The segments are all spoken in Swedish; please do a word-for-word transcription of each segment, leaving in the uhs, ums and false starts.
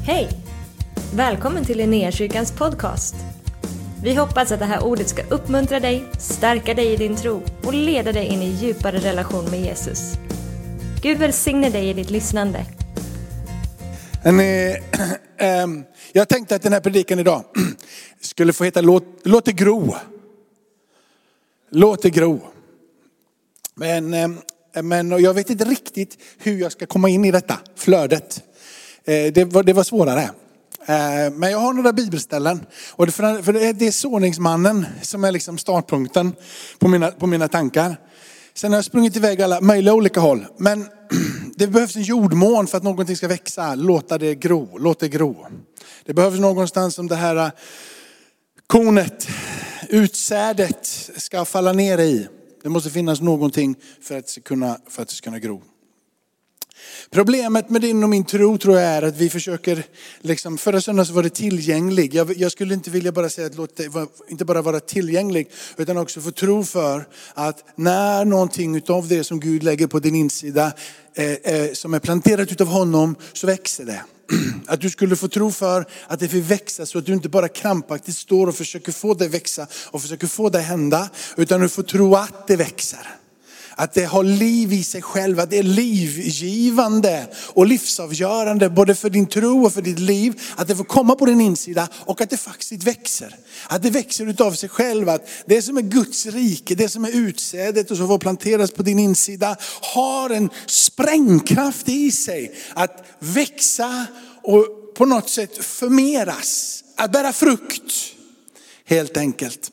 Hej! Välkommen till Linnéakyrkans podcast. Vi hoppas att det här ordet ska uppmuntra dig, stärka dig i din tro och leda dig in i djupare relation med Jesus. Gud välsigne dig i ditt lyssnande. En, eh, eh, jag tänkte att den här predikan idag skulle få heta Låt, låt det gro. Låt det gro. Men, eh, men och jag vet inte riktigt hur jag ska komma in i detta flödet. Eh, det, var, det var svårare. Eh, men jag har några bibelställen. Och det, för, för det är såningsmannen som är liksom startpunkten på mina, på mina tankar. Sen har jag sprungit iväg alla möjliga olika håll. Men det behövs en jordmån för att någonting ska växa. Låta det gro. Låt det gro. Det behövs någonstans som det här kornet, utsädet ska falla ner i. Det måste finnas någonting för att det ska kunna, för att det ska kunna gro. Problemet med din och min tro tror jag är att vi försöker, liksom, förra söndagen så var det tillgänglig. Jag, jag skulle inte vilja bara säga att låt det inte bara vara tillgänglig, utan också få tro för att när någonting utav det som Gud lägger på din insida, eh, eh, som är planterat utav honom, så växer det. Att du skulle få tro för att det vill växa, så att du inte bara krampaktigt står och försöker få det växa och försöker få det hända, utan du får tro att det växer. Att det har liv i sig själv, att det är livgivande och livsavgörande både för din tro och för ditt liv. Att det får komma på din insida och att det faktiskt växer. Att det växer utav sig själv. Att det som är Guds rike, det som är utsädet och som får planteras på din insida, har en sprängkraft i sig. Att växa och på något sätt förmeras. Att bära frukt, helt enkelt.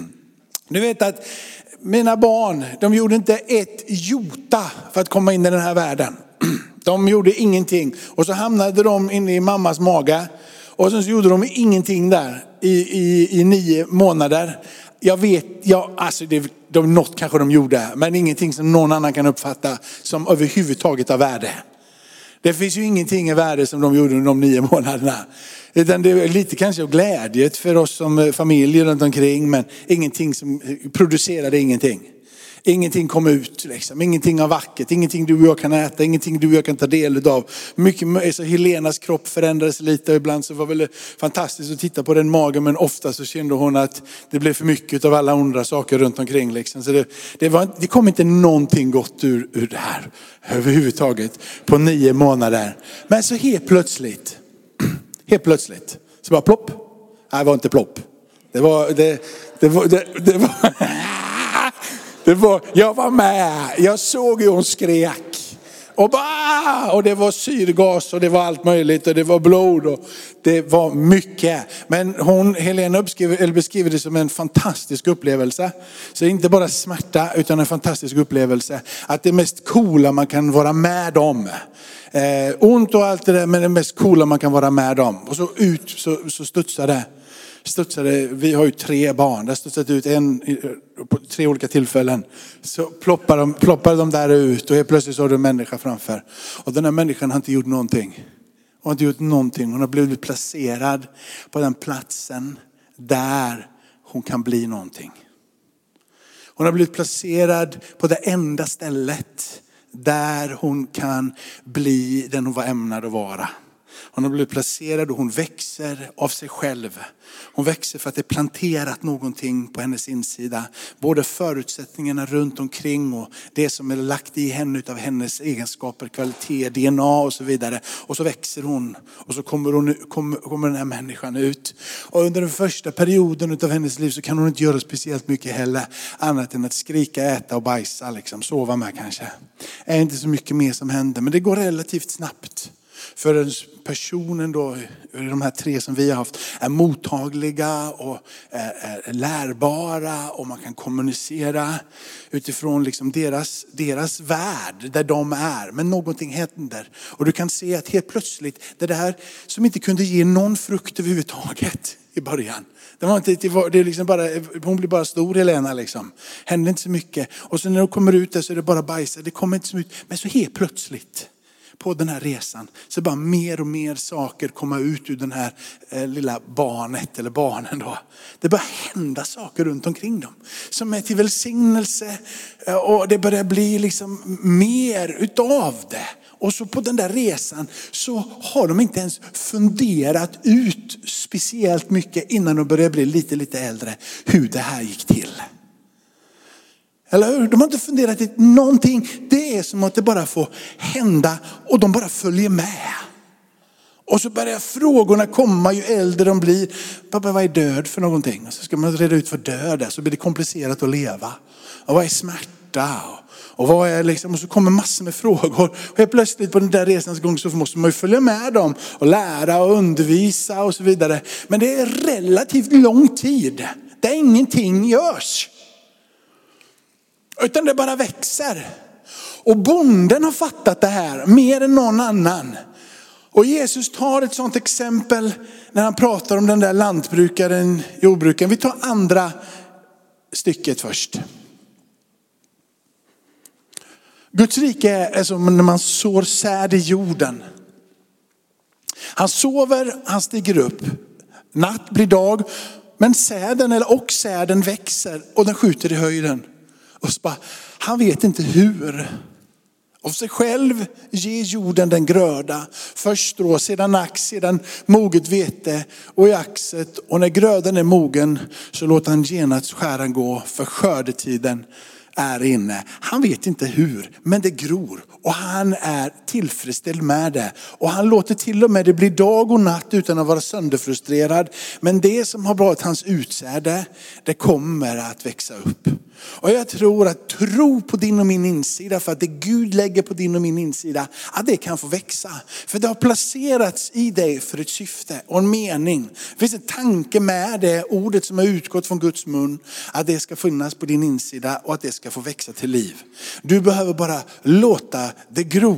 Du vet att mina barn, de gjorde inte ett jota för att komma in i den här världen. De gjorde ingenting. Och så hamnade de inne i mammas mage. Och sen så gjorde de ingenting där i, i, i nio månader. Jag vet, ja, alltså det, de, något kanske de gjorde. Men ingenting som någon annan kan uppfatta som överhuvudtaget av värde. Det finns ju ingenting i värde som de gjorde under de nio månaderna. Utan det är lite kanske av glädje för oss som familj runt omkring. Men ingenting som producerade ingenting. Ingenting kom ut liksom. Ingenting av vackert. Ingenting du och jag kan äta. Ingenting du och jag kan ta del av. Mycket, så Helenas kropp förändrades lite. Ibland så var det väl fantastiskt att titta på den magen. Men ofta så kände hon att det blev för mycket av alla andra saker runt omkring. Liksom. Så det, det, var, det kom inte någonting gott ur, ur det här. Överhuvudtaget. På nio månader. Men så helt plötsligt. Helt plötsligt. Så bara plopp. Nej, det var inte plopp. Det var... Det, det var... Det, det var Det var, jag var med, jag såg hur hon skrek. Och, bara, och det var syrgas och det var allt möjligt och det var blod och det var mycket. Men hon, Helena beskriver, eller beskriver det som en fantastisk upplevelse. Så inte bara smärta utan en fantastisk upplevelse. Att det mest coola man kan vara med om. Eh, ont och allt det där, men det mest coola man kan vara med om. Och så ut så, så studsar det. Studsade, vi har ju tre barn, det har studsat ut en, på tre olika tillfällen. Så ploppar de, ploppar de där ut och helt plötsligt så har du en människa framför. Och den här människan har inte gjort någonting. Hon har inte gjort någonting. Hon har blivit placerad på den platsen där hon kan bli någonting. Hon har blivit placerad på det enda stället där hon kan bli den hon var ämnad att vara. Hon har blivit placerad och hon växer av sig själv. Hon växer för att det är planterat någonting på hennes insida. Både förutsättningarna runt omkring och det som är lagt i henne av hennes egenskaper, kvalitet, D N A och så vidare. Och så växer hon och så kommer, hon, kommer, kommer den här människan ut. Och under den första perioden av hennes liv så kan hon inte göra speciellt mycket heller. Annat än att skrika, äta och bajsa, liksom, sova med kanske. Det är inte så mycket mer som händer, men det går relativt snabbt. För personen då, de här tre som vi har haft, är mottagliga och är, är lärbara och man kan kommunicera utifrån liksom deras, deras värld där de är. Men någonting händer och du kan se att helt plötsligt det där som inte kunde ge någon frukt överhuvudtaget i början. Det var inte, det var, det är liksom bara, hon blir bara stor, Helena liksom. Händer inte så mycket. Och så när hon kommer ut där så är det bara bajsa. Det kommer inte så mycket. Men så helt plötsligt på den här resan så bara mer och mer saker komma ut ur den här eh, lilla barnet eller barnen då. Det börjar hända saker runt omkring dem som är till välsignelse, eh, och det börjar bli liksom mer utav det. Och så på den där resan så har de inte ens funderat ut speciellt mycket innan de började bli lite, lite äldre hur det här gick till. Eller hur? De har inte funderat ut någonting. Det är som att det bara får hända och de bara följer med. Och så börjar frågorna komma ju äldre de blir. Pappa, vad är död för någonting? Och så ska man reda ut vad död är, så blir det komplicerat att leva. Och vad är smärta? Och vad är liksom, och så kommer massor med frågor. Och helt plötsligt på den där resans gång så måste man ju följa med dem och lära och undervisa och så vidare. Men det är relativt lång tid där ingenting görs. Utan det bara växer. Och bonden har fattat det här mer än någon annan. Och Jesus tar ett sånt exempel när han pratar om den där lantbrukaren, jordbrukaren. Vi tar andra stycket först. Guds rike är som när man sår säd i jorden. Han sover, han stiger upp. Natt blir dag. Men säden eller och säden växer och den skjuter i höjden. Och så bara, han vet inte hur. Av sig själv ger jorden den gröda. Först strå, sedan ax, sedan moget vete och i axet. Och när grödan är mogen så låter han genast skäran gå, för skördetiden är inne. Han vet inte hur, men det gror. Och han är tillfredsställd med det. Och han låter till och med det bli dag och natt utan att vara sönderfrustrerad. Men det som har varit hans utsäde, det kommer att växa upp. Och jag tror att tro på din och min insida, för att det Gud lägger på din och min insida, att det kan få växa. För det har placerats i dig för ett syfte och en mening. Det finns en tanke med det ordet som har utgått från Guds mun, att det ska finnas på din insida och att det ska få växa till liv. Du behöver bara låta det gro.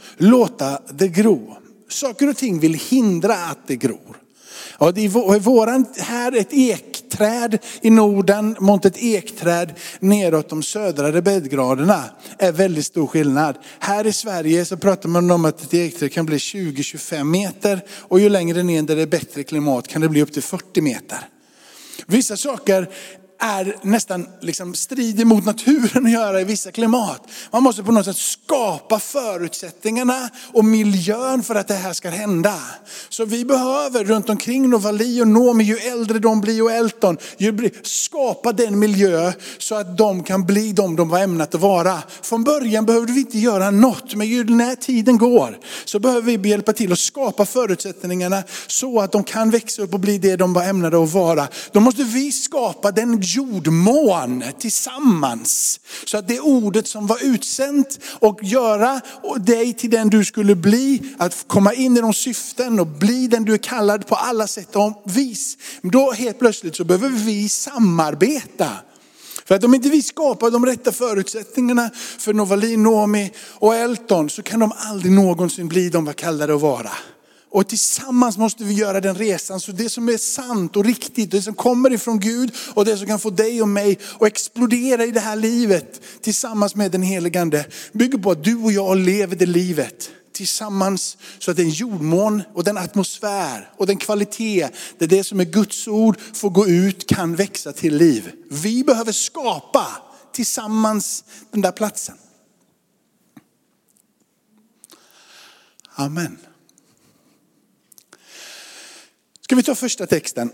Låta det gro. Saker och ting vill hindra att det gror. Ja, det är våran, här ett ekträd i Norden mot ett ekträd neråt de södra breddgraderna är väldigt stor skillnad. Här i Sverige så pratar man om att ett ekträd kan bli tjugo till tjugofem meter och ju längre ner där det är bättre klimat kan det bli upp till fyrtio meter. Vissa saker är nästan liksom strider mot naturen att göra i vissa klimat. Man måste på något sätt skapa förutsättningarna och miljön för att det här ska hända. Så vi behöver runt omkring Novali och Nomi, ju äldre de blir och Elton, ju skapa den miljö så att de kan bli de de var ämnat att vara. Från början behövde vi inte göra något, men ju när tiden går så behöver vi hjälpa till att skapa förutsättningarna så att de kan växa upp och bli det de var ämnade att vara. Då måste vi skapa den jordmån tillsammans. Så att det ordet som var utsänt och göra dig till den du skulle bli, att komma in i de syften och bli den du är kallad på alla sätt och vis. Då helt plötsligt så behöver vi samarbeta. För att om inte vi skapar de rätta förutsättningarna för Novali, Nomi och Elton, så kan de aldrig någonsin bli de var kallade att vara. Och tillsammans måste vi göra den resan. Så det som är sant och riktigt, det som kommer ifrån Gud och det som kan få dig och mig att explodera i det här livet tillsammans med den helige Ande, bygger på att du och jag lever det livet tillsammans, så att den jordmån och den atmosfär och den kvalitet, det är det som är Guds ord, får gå ut, kan växa till liv. Vi behöver skapa tillsammans den där platsen. Amen. Ska vi ta första texten?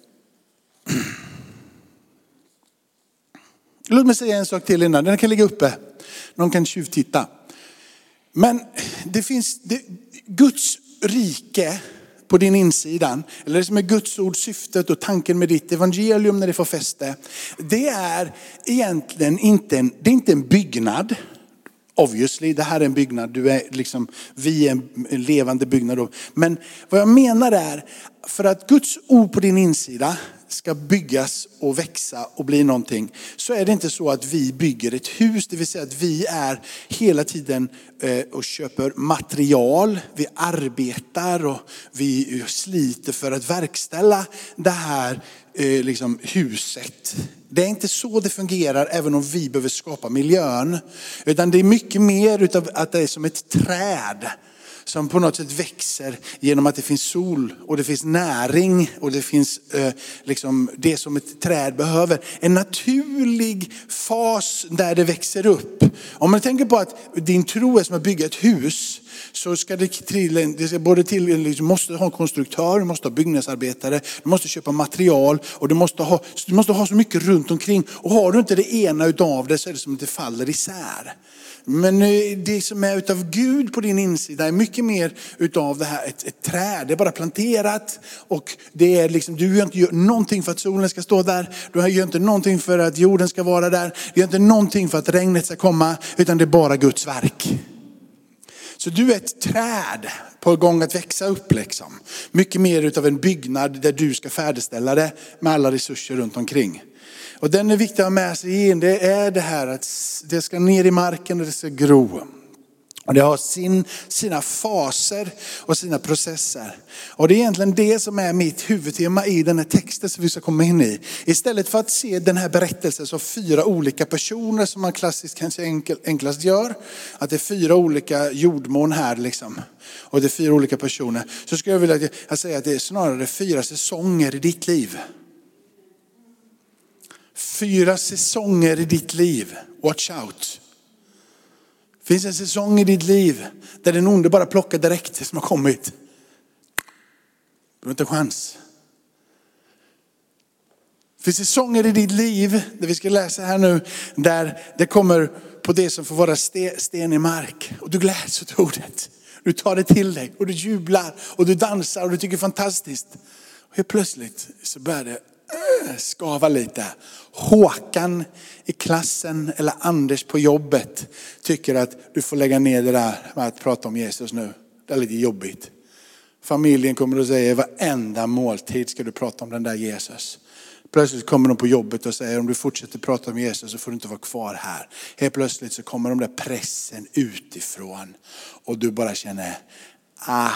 Låt mig säga en sak till innan. Den kan ligga uppe. Någon kan tjuvtitta. Men det finns det, Guds rike på din insidan, eller det som är Guds ord, syftet och tanken med ditt evangelium när det får fäste. Det är egentligen inte en, det är inte en byggnad. Obviously, det här är en byggnad. Du är liksom, vi är en levande byggnad. Men vad jag menar är, för att Guds ord på din insida ska byggas och växa och bli någonting, så är det inte så att vi bygger ett hus. Det vill säga att vi är hela tiden och köper material. Vi arbetar och vi sliter för att verkställa det här liksom huset. Det är inte så det fungerar, även om vi behöver skapa miljön. Utan det är mycket mer utav att det är som ett träd som på något sätt växer genom att det finns sol och det finns näring och det finns eh, liksom det som ett träd behöver. En naturlig fas där det växer upp. Om man tänker på att din tro är som att bygga ett hus, så ska det till, det ska både till, liksom, måste ha en konstruktör, du måste ha byggnadsarbetare, du måste köpa material och du måste ha, du måste ha så mycket runt omkring. Och har du inte det ena utav det så är det som att det faller isär. Men det som är utav Gud på din insida är mycket mer utav det här, ett, ett träd. Det är bara planterat och det är liksom, du gör inte någonting för att solen ska stå där. Du gör inte någonting för att jorden ska vara där. Du gör inte någonting för att regnet ska komma, utan det är bara Guds verk. Så du är ett träd på gång att växa upp liksom. Mycket mer utav en byggnad där du ska färdigställa det med alla resurser runt omkring. Och den är viktig att ha med sig in. Det är det här att det ska ner i marken och det ska gro. Och det har sin, sina faser och sina processer. Och det är egentligen det som är mitt huvudtema i den här texten som vi ska komma in i. Istället för att se den här berättelsen som fyra olika personer som man klassiskt kanske enkel, enklast gör. Att det är fyra olika jordmån här liksom. Och det är fyra olika personer. Så skulle jag vilja säga att det är snarare fyra säsonger i ditt liv. Fyra säsonger i ditt liv. Watch out. Det finns en säsong i ditt liv där den onde bara plockar direkt det som har kommit. Du har inte chans. Det finns säsonger i ditt liv, där vi ska läsa här nu, där det kommer på det som får vara sten i mark. Och du gläds åt ordet. Du tar det till dig och du jublar och du dansar och du tycker det är fantastiskt. Och helt plötsligt så börjar det skava lite. Håkan i klassen eller Anders på jobbet tycker att du får lägga ner det där med att prata om Jesus nu. Det är lite jobbigt. Familjen kommer att säga varenda måltid ska du prata om den där Jesus. Plötsligt kommer de på jobbet och säger om du fortsätter prata om Jesus så får du inte vara kvar här. Helt plötsligt så kommer de där pressen utifrån och du bara känner ah.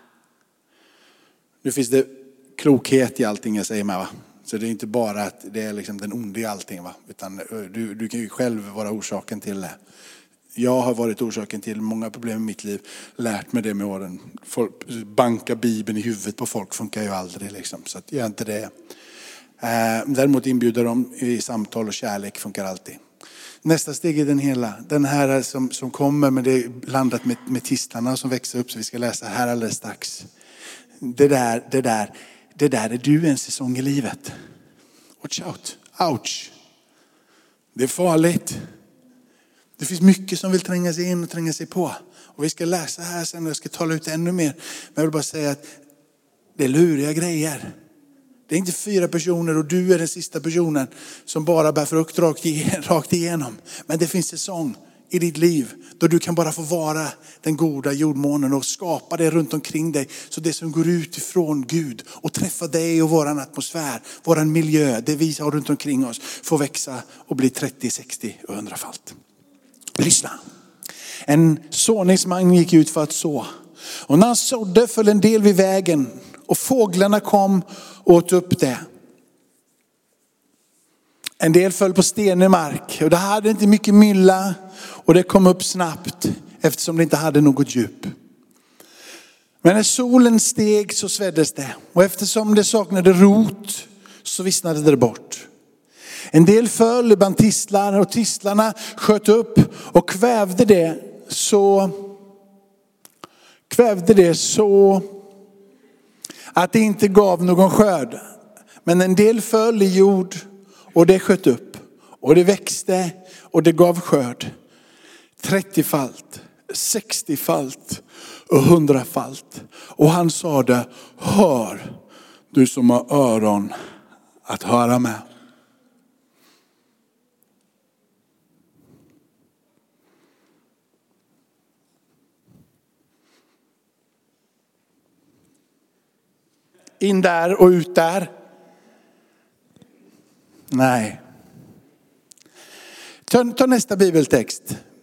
Nu finns det klokhet i allting jag säger med, va? Så det är inte bara att det är liksom den onde i allting, va? Utan du, du kan ju själv vara orsaken till det. Jag har varit orsaken till många problem i mitt liv. Lärt mig det med åren. Folk, banka Bibeln i huvudet på folk funkar ju aldrig liksom. Så att gör inte det. Eh, däremot inbjuder de i samtal och kärlek funkar alltid. Nästa steg är den hela. Den här som, som kommer med det landat med, med tistlarna som växer upp. Så vi ska läsa här alldeles strax. Det där, det där. Det där är du en säsong i livet. Watch out. Ouch. Det är farligt. Det finns mycket som vill tränga sig in och tränga sig på. Och vi ska läsa här sen och jag ska tala ut ännu mer. Men jag vill bara säga att det är luriga grejer. Det är inte fyra personer och du är den sista personen som bara bär frukt rakt igenom. Men det finns säsong i ditt liv då du kan bara få vara den goda jordmånen och skapa det runt omkring dig. Så det som går ut ifrån Gud och träffa dig och våran atmosfär, våran miljö, det vi har runt omkring oss får växa och bli trettio, sextio och hundrafalt. Lyssna. En såningsman gick ut för att så. Och när han sådde föll en del vid vägen och fåglarna kom och åt upp det. En del föll på stenig mark och det hade inte mycket mylla och det kom upp snabbt eftersom det inte hade något djup. Men när solen steg så sveddes det och eftersom det saknade rot så vissnade det bort. En del föll bland tistlar och tistlarna sköt upp och kvävde det så kvävde det så att det inte gav någon skörd. Men en del föll i jord och det sköt upp och det växte och det gav skörd. trettiofalt, sextiofalt och hundrafalt. Och han sa det, hör du som har öron att höra med. In där och ut där. Nej. Ta, ta nästa bibeltext.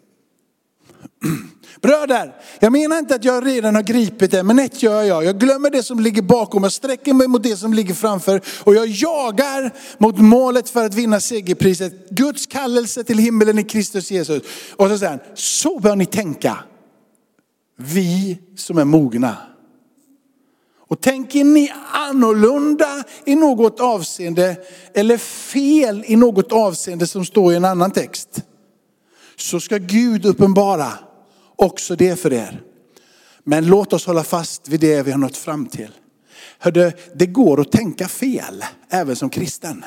Bröder, jag menar inte att jag redan har gripit det, men ett gör jag. Jag glömmer det som ligger bakom, jag sträcker mig mot det som ligger framför. Och jag jagar mot målet för att vinna segerpriset. Guds kallelse till himmelen i Kristus Jesus. Och så säger han, så bör ni tänka. vi som är mogna. Och tänker ni annorlunda i något avseende eller fel i något avseende som står i en annan text, så ska Gud uppenbara också det för er. Men låt oss hålla fast vid det vi har nått fram till. Hörde, det går att tänka fel även som kristen.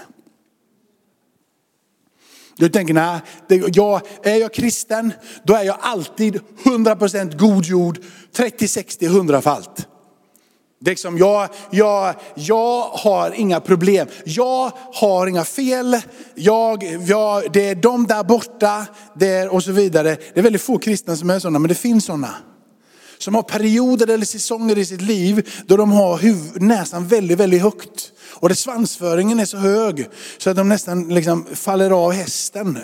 Du tänker, nej, det, jag, är jag kristen, då är jag alltid hundra procent god jord, trettio, sextio, hundra-falt. Det är liksom, jag, jag, jag har inga problem. Jag har inga fel. Jag, jag, det är de där borta. Det är, och så vidare. Det är väldigt få kristna som är sådana, men det finns sådana. Som har perioder eller säsonger i sitt liv då de har huvud, näsan väldigt, väldigt högt. Och det svansföringen är så hög så att de nästan liksom faller av hästen.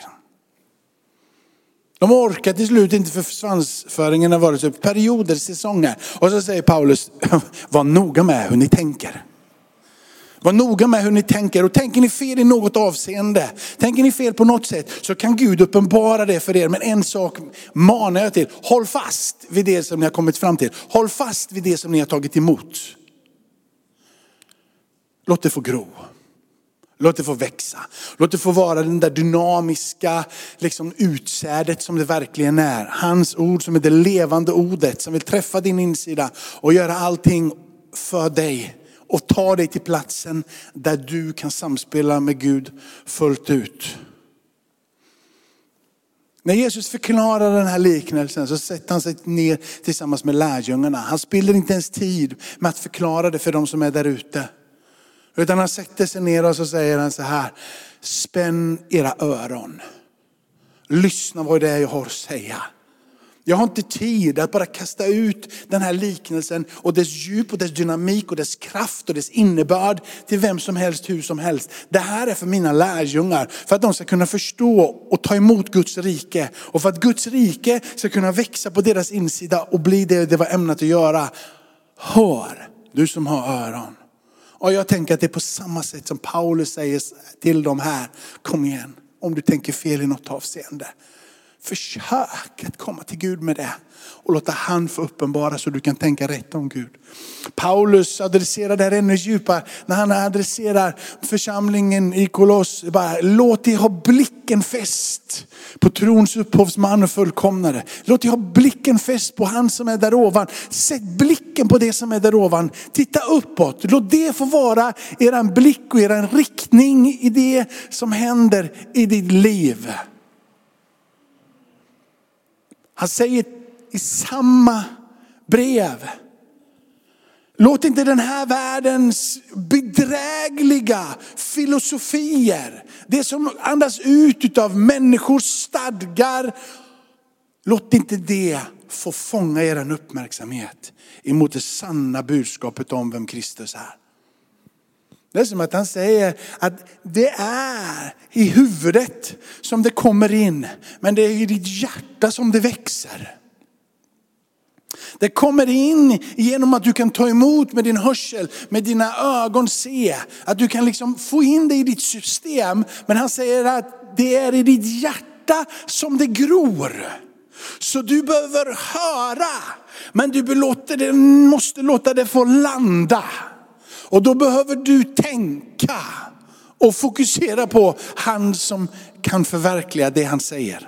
De orkar till slut inte, för svansföringen har varit så perioder, säsonger. Och så säger Paulus, var noga med hur ni tänker. Var noga med hur ni tänker. Och tänker ni fel i något avseende, tänker ni fel på något sätt, så kan Gud uppenbara det för er. Men en sak manar jag till. Håll fast vid det som ni har kommit fram till. Håll fast vid det som ni har tagit emot. Låt det få gro. Låt det få växa. Låt det få vara den där dynamiska liksom, utsädet som det verkligen är. Hans ord som är det levande ordet som vill träffa din insida och göra allting för dig. Och ta dig till platsen där du kan samspela med Gud fullt ut. När Jesus förklarar den här liknelsen så sätter han sig ner tillsammans med lärjungarna. Han spiller inte ens tid med att förklara det för de som är där ute. Utan han sätter sig ner och så säger han så här: spänn era öron. Lyssna vad det är jag har att säga. Jag har inte tid att bara kasta ut den här liknelsen och dess djup och dess dynamik och dess kraft och dess innebörd till vem som helst, hur som helst. Det här är för mina lärjungar, för att de ska kunna förstå och ta emot Guds rike. Och för att Guds rike ska kunna växa på deras insida och bli det det var ämnat att göra. Hör, du som har öron. Och jag tänker att det är på samma sätt som Paulus säger till dem här. Kom igen, om du tänker fel i något avseende. Försök att komma till Gud med det. Och låta han få uppenbara så du kan tänka rätt om Gud. Paulus adresserar det här ännu djupare. När han adresserar församlingen i Koloss. Bara, låt dig ha blicken fäst på trons upphovsman och fullkomnare. Låt dig ha blicken fäst på han som är där ovan. Sätt blicken på det som är där ovan. Titta uppåt. Låt det få vara eran blick och eran riktning i det som händer i ditt liv. Han säger i samma brev: låt inte den här världens bedrägliga filosofier, det som andas ut av människors stadgar, låt inte det få fånga er uppmärksamhet emot det sanna budskapet om vem Kristus är. Det är som att han säger att det är i huvudet som det kommer in. Men det är i ditt hjärta som det växer. Det kommer in genom att du kan ta emot med din hörsel, med dina ögon se. Att du kan liksom få in det i ditt system. Men han säger att det är i ditt hjärta som det gror. Så du behöver höra, men du måste låta det få landa. Och då behöver du tänka och fokusera på han som kan förverkliga det han säger.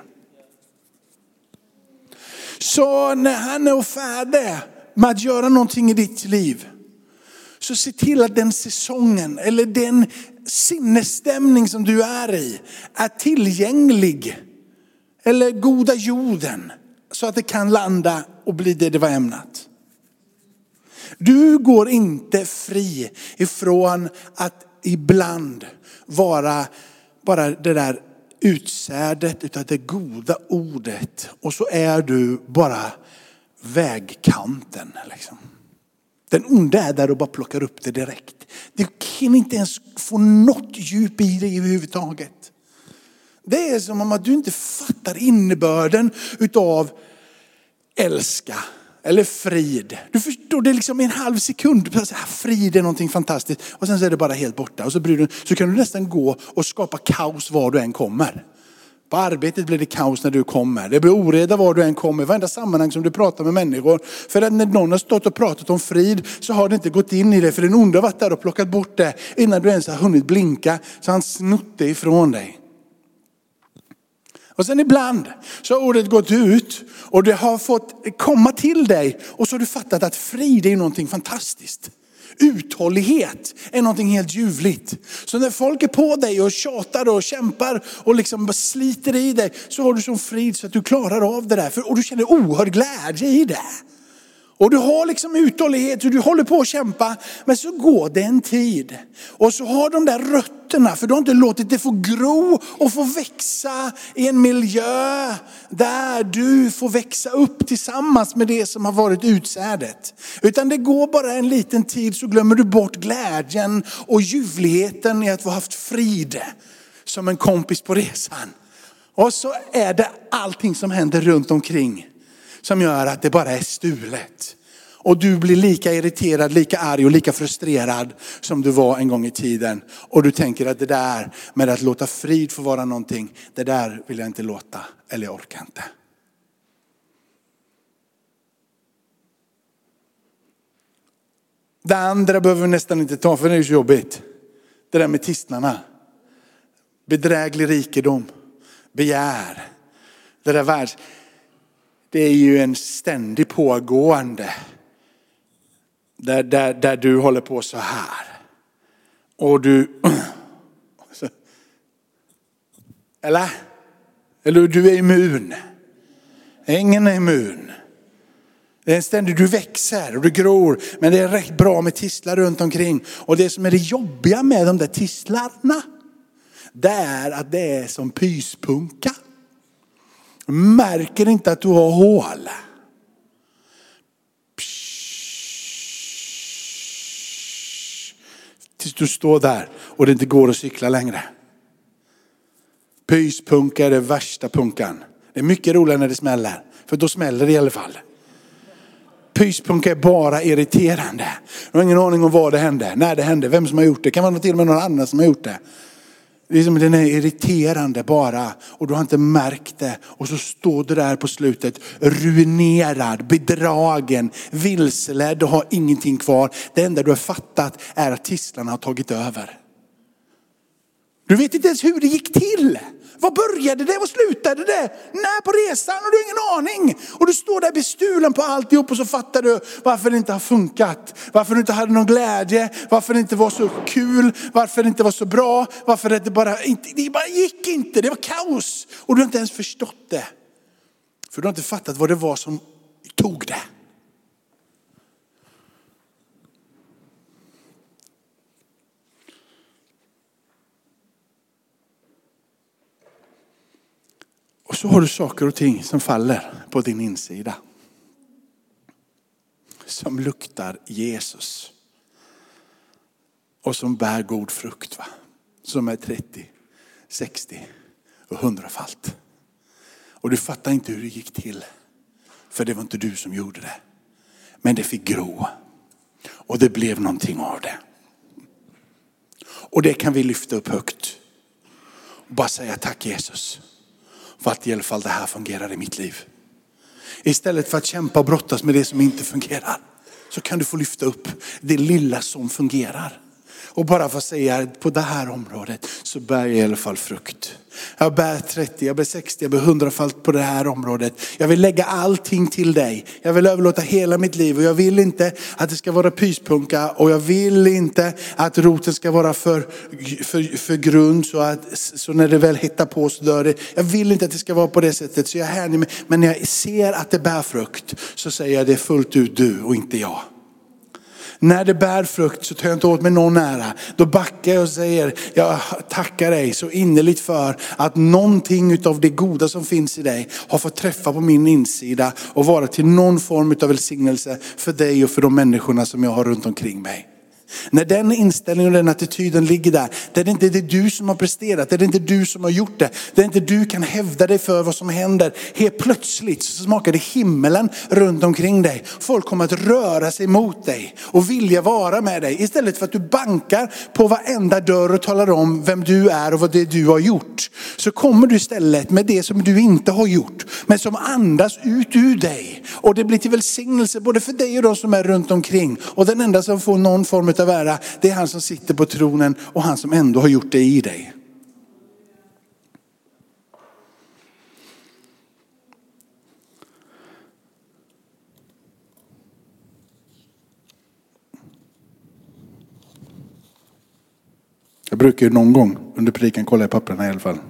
Så när han är färdig med att göra någonting i ditt liv, så se till att den säsongen eller den sinnesstämning som du är i är tillgänglig. Eller goda jorden, så att det kan landa och bli det det var ämnat. Du går inte fri ifrån att ibland vara bara det där utsädet utav det goda ordet. Och så är du bara vägkanten. Liksom. Den onda är där och bara plockar upp det direkt. Du kan inte ens få något djup i dig överhuvudtaget. Det är som om att du inte fattar innebörden utav älska. Eller frid. Du förstår, det är liksom en halv sekund. Frid är någonting fantastiskt. Och sen så är det bara helt borta. Och så, bryr du, så kan du nästan gå och skapa kaos var du än kommer. På arbetet blir det kaos när du kommer. Det blir oreda var du än kommer. Varenda sammanhang som du pratar med människor. För att när någon har stått och pratat om frid så har det inte gått in i det. För den onda har varit där och plockat bort det. Innan du ens har hunnit blinka så har han snott det ifrån dig. Och sen ibland så har ordet gått ut och det har fått komma till dig. Och så har du fattat att frid är någonting fantastiskt. Uthållighet är någonting helt ljuvligt. Så när folk är på dig och tjatar och kämpar och liksom sliter i dig, så har du sån frid så att du klarar av det där. För, och du känner oerhörd glädje i det. Och du har liksom uthållighet och du håller på att kämpa. Men så går det en tid. Och så har de där rötterna, för du har inte låtit det få gro och få växa i en miljö där du får växa upp tillsammans med det som har varit utsädet. Utan det går bara en liten tid så glömmer du bort glädjen och ljuvligheten i att få haft frid som en kompis på resan. Och så är det allting som händer runt omkring som gör att det bara är stulet. Och du blir lika irriterad, lika arg och lika frustrerad som du var en gång i tiden. Och du tänker att det där med att låta frid få vara någonting, det där vill jag inte låta, eller jag orkar inte. Det andra behöver vi nästan inte ta, för det är ju så jobbigt. Det där med tistlarna. Bedräglig rikedom. Begär. Det där världs... Det är ju en ständig pågående. Där, där, där du håller på så här. Och du... Eller? Eller du är immun. Ingen är immun. Det är en ständig, du växer och du gror. Men det är rätt bra med tistlar runt omkring. Och det som är det jobbiga med de där tistlarna, det är att det är som pyspunka. Märker inte att du har hål. Psh. Tills du står där och det inte går att cykla längre. Pyspunka är det värsta punkan. Det är mycket roligare när det smäller. För då smäller det i alla fall. Pyspunka är bara irriterande. Jag har ingen aning om vad det hände. När det hände. Vem som har gjort det. Kan vara till och med någon annan som har gjort det. Liksom den är irriterande bara. Och du har inte märkt det. Och så står du där på slutet. Ruinerad, bedragen, vilseledd och har ingenting kvar. Det enda du har fattat är att tistlarna har tagit över. Du vet inte ens hur det gick till. Vad började det? Vad slutade det? När på resan? Och du har ingen aning. Och du står där bestulen på alltihop och så fattar du varför det inte har funkat. Varför du inte hade någon glädje. Varför det inte var så kul. Varför det inte var så bra. Varför det bara inte, det bara gick inte. Det var kaos. Och du har inte ens förstått det. För du har inte fattat vad det var som tog det. Och så har du saker och ting som faller på din insida. Som luktar Jesus. Och som bär god frukt, va? Som är trettio, sextio och hundrafalt. Och du fattar inte hur det gick till. För det var inte du som gjorde det. Men det fick gro. Och det blev någonting av det. Och det kan vi lyfta upp högt. Och bara säga tack Jesus. För att i alla fall det här fungerar i mitt liv. Istället för att kämpa och brottas med det som inte fungerar. Så kan du få lyfta upp det lilla som fungerar. Och bara få säga på det här området så bär jag i alla fall frukt. Jag bär trettio, jag bär sextio, jag bär hundrafalt på det här området. Jag vill lägga allting till dig. Jag vill överlåta hela mitt liv. Och jag vill inte att det ska vara pyspunka. Och jag vill inte att roten ska vara för, för, för grund. Så, att, så när det väl hittar på så dör det. Jag vill inte att det ska vara på det sättet. Så jag hänger mig. Men när jag ser att det bär frukt så säger jag det fullt ut du och inte jag. När det bär frukt så tar jag inte åt mig någon ära. Då backar jag och säger, jag tackar dig så innerligt för att någonting av det goda som finns i dig har fått träffa på min insida och vara till någon form av välsignelse för dig och för de människorna som jag har runt omkring mig. När den inställningen och den attityden ligger där, där det inte är det du som har presterat, där det inte är du som har gjort det, där inte du kan hävda dig för vad som händer. Helt plötsligt så smakar det himmelen runt omkring dig. Folk kommer att röra sig mot dig och vilja vara med dig. Istället för att du bankar på varenda dörr och talar om vem du är och vad det är du har gjort. Så kommer du istället med det som du inte har gjort, men som andas ut ur dig. Och det blir till välsignelse både för dig och de som är runt omkring. Och den enda som får någon form av ära, det är han som sitter på tronen och han som ändå har gjort det i dig. Jag brukar ju någon gång under predikan kolla i papperna i alla fall.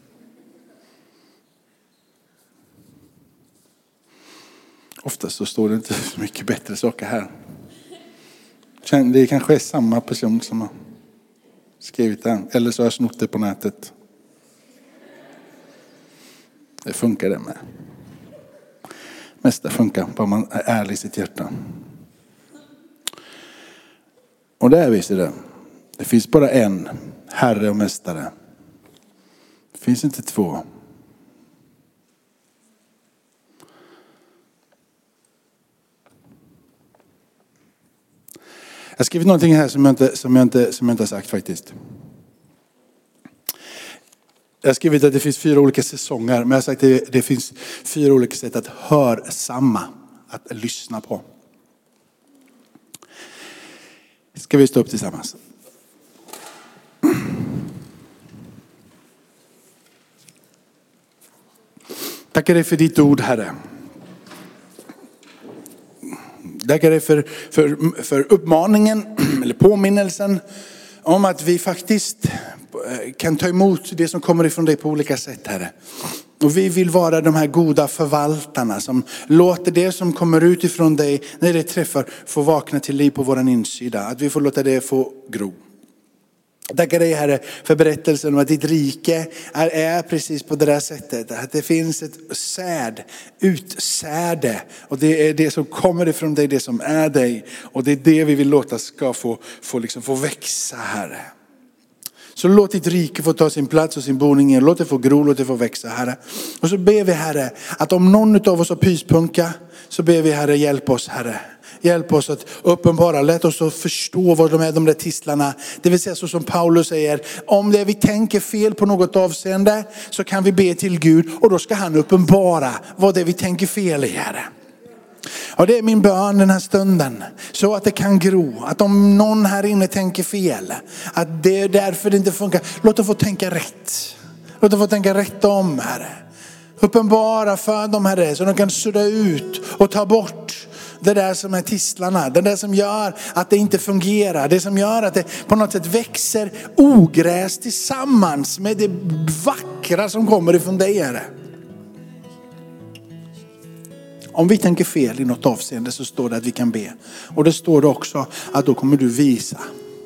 Oftast så står det inte så mycket bättre saker här. Det kanske är samma person som har skrivit den. Eller så har jag snott det på nätet. Det funkar det med. Mesta funkar bara man är ärlig i sitt hjärta. Och där visar det. Det finns bara en herre och mästare. Det finns inte två. Jag har skrivit någonting här som jag inte, som jag inte, som jag inte har sagt faktiskt. Jag har skrivit att det finns fyra olika säsonger. Men jag har sagt att det, det finns fyra olika sätt att hörsamma. Att lyssna på. Ska vi stå upp tillsammans? Tackar dig för ditt ord, Herre. Tackar dig för, för, för uppmaningen eller påminnelsen om att vi faktiskt kan ta emot det som kommer ifrån dig på olika sätt, Herre. Och vi vill vara de här goda förvaltarna som låter det som kommer ut ifrån dig när det träffar få vakna till liv på våran insida. Att vi får låta det få gro. Tackar dig, Herre, för berättelsen om att ditt rike är, är precis på det där sättet. Att det finns ett säd, utsäde. Och det är det som kommer ifrån dig, det som är dig. Och det är det vi vill låta ska få, få, liksom, få växa, Herre. Så låt ditt rike få ta sin plats och sin boning. Låt det få gro, låt det få växa, Herre. Och så ber vi, Herre, att om någon av oss har pyspunka, så ber vi, Herre, hjälp oss, Herre. Hjälp oss att uppenbara, låt oss att förstå vad de är, de där tistlarna. Det vill säga så som Paulus säger, om det vi tänker fel på något avseende, så kan vi be till Gud och då ska han uppenbara vad det är vi tänker fel i, Herre. Och det är min bön den här stunden. Så att det kan gro. Att om någon här inne tänker fel, att det är därför det inte funkar. Låt dem få tänka rätt. Låt dem få tänka rätt om, Herre. Uppenbara för dem, Herre, så de kan sudda ut och ta bort det där som är tistlarna. Det där som gör att det inte fungerar. Det som gör att det på något sätt växer ogräs tillsammans med det vackra som kommer ifrån dig, Herre. Om vi tänker fel i något avseende, så står det att vi kan be. Och det står det också att då kommer du visa.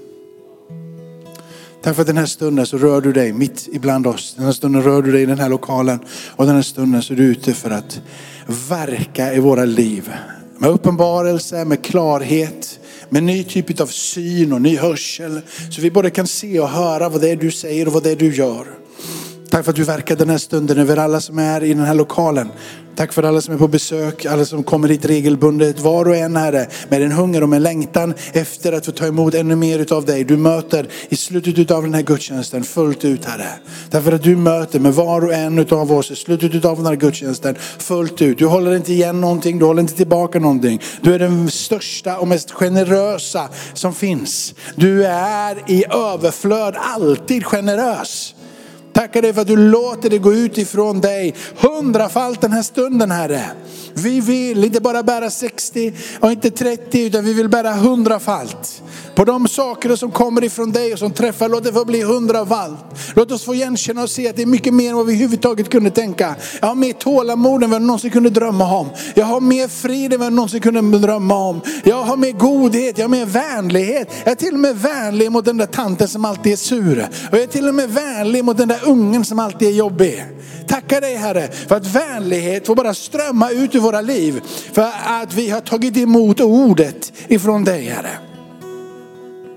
Tack för att den här stunden så rör du dig mitt ibland oss. Den här stunden rör du dig i den här lokalen. Och den här stunden så är du ute för att verka i våra liv. Med uppenbarelse, med klarhet, med ny typ av syn och ny hörsel. Så vi både kan se och höra vad det är du säger och vad det är du gör. Tack för att du verkar den här stunden över alla som är i den här lokalen. Tack för alla som är på besök, alla som kommer hit regelbundet. Var och en, Herre, med en hunger och med längtan efter att få ta emot ännu mer utav dig. Du möter i slutet av den här gudstjänsten fullt ut, Herre. Därför att du möter med var och en utav oss i slutet av den här gudstjänsten fullt ut. Du håller inte igen någonting, du håller inte tillbaka någonting. Du är den största och mest generösa som finns. Du är i överflöd alltid generös. Tackar dig för att du låter det gå ut ifrån dig hundrafalt den här stunden, Herre. Vi vill inte bara bära sextio och inte trettio, utan vi vill bära hundrafalt. På de saker som kommer ifrån dig och som träffar, låt det få bli hundrafalt. Låt oss få igenkänna och se att det är mycket mer än vad vi överhuvudtaget kunde tänka. Jag har mer tålamod än vad jag någonsin kunde drömma om. Jag har mer frid än vad jag någonsin kunde drömma om. Jag har mer godhet, jag har mer vänlighet. Jag är till och med vänlig mot den där tanten som alltid är sur. Och jag är till och med vänlig mot den där ungen som alltid är jobbig. Tackar dig, Herre, för att vänlighet får bara strömma ut i våra liv. För att vi har tagit emot ordet ifrån dig, Herre.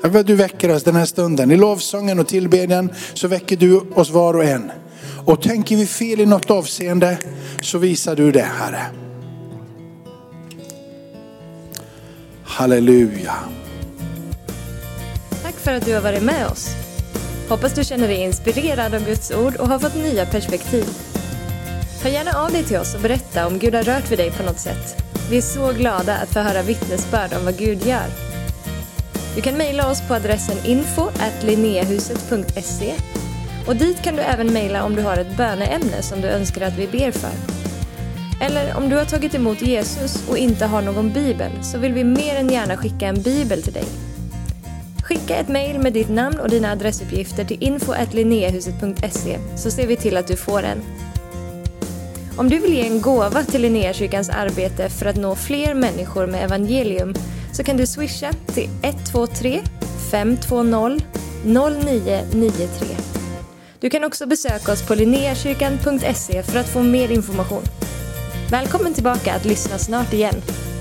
Du väcker oss den här stunden. I lovsången och tillbedjan så väcker du oss var och en. Och tänker vi fel i något avseende så visar du det, Herre. Halleluja. Tack för att du har varit med oss. Hoppas du känner dig inspirerad av Guds ord och har fått nya perspektiv. Hör gärna av dig till oss och berätta om Gud har rört vid dig på något sätt. Vi är så glada att få höra vittnesbörd om vad Gud gör. Du kan mejla oss på adressen info at linneahuset punkt se och dit kan du även mejla om du har ett böneämne som du önskar att vi ber för. Eller om du har tagit emot Jesus och inte har någon bibel så vill vi mer än gärna skicka en bibel till dig. Skicka ett mejl med ditt namn och dina adressuppgifter till info at linneahuset punkt se så ser vi till att du får en. Om du vill ge en gåva till Linneakyrkans arbete för att nå fler människor med evangelium så kan du swisha till ett två tre fem två noll noll nio nio tre. Du kan också besöka oss på linneakyrkan punkt se för att få mer information. Välkommen tillbaka att lyssna snart igen.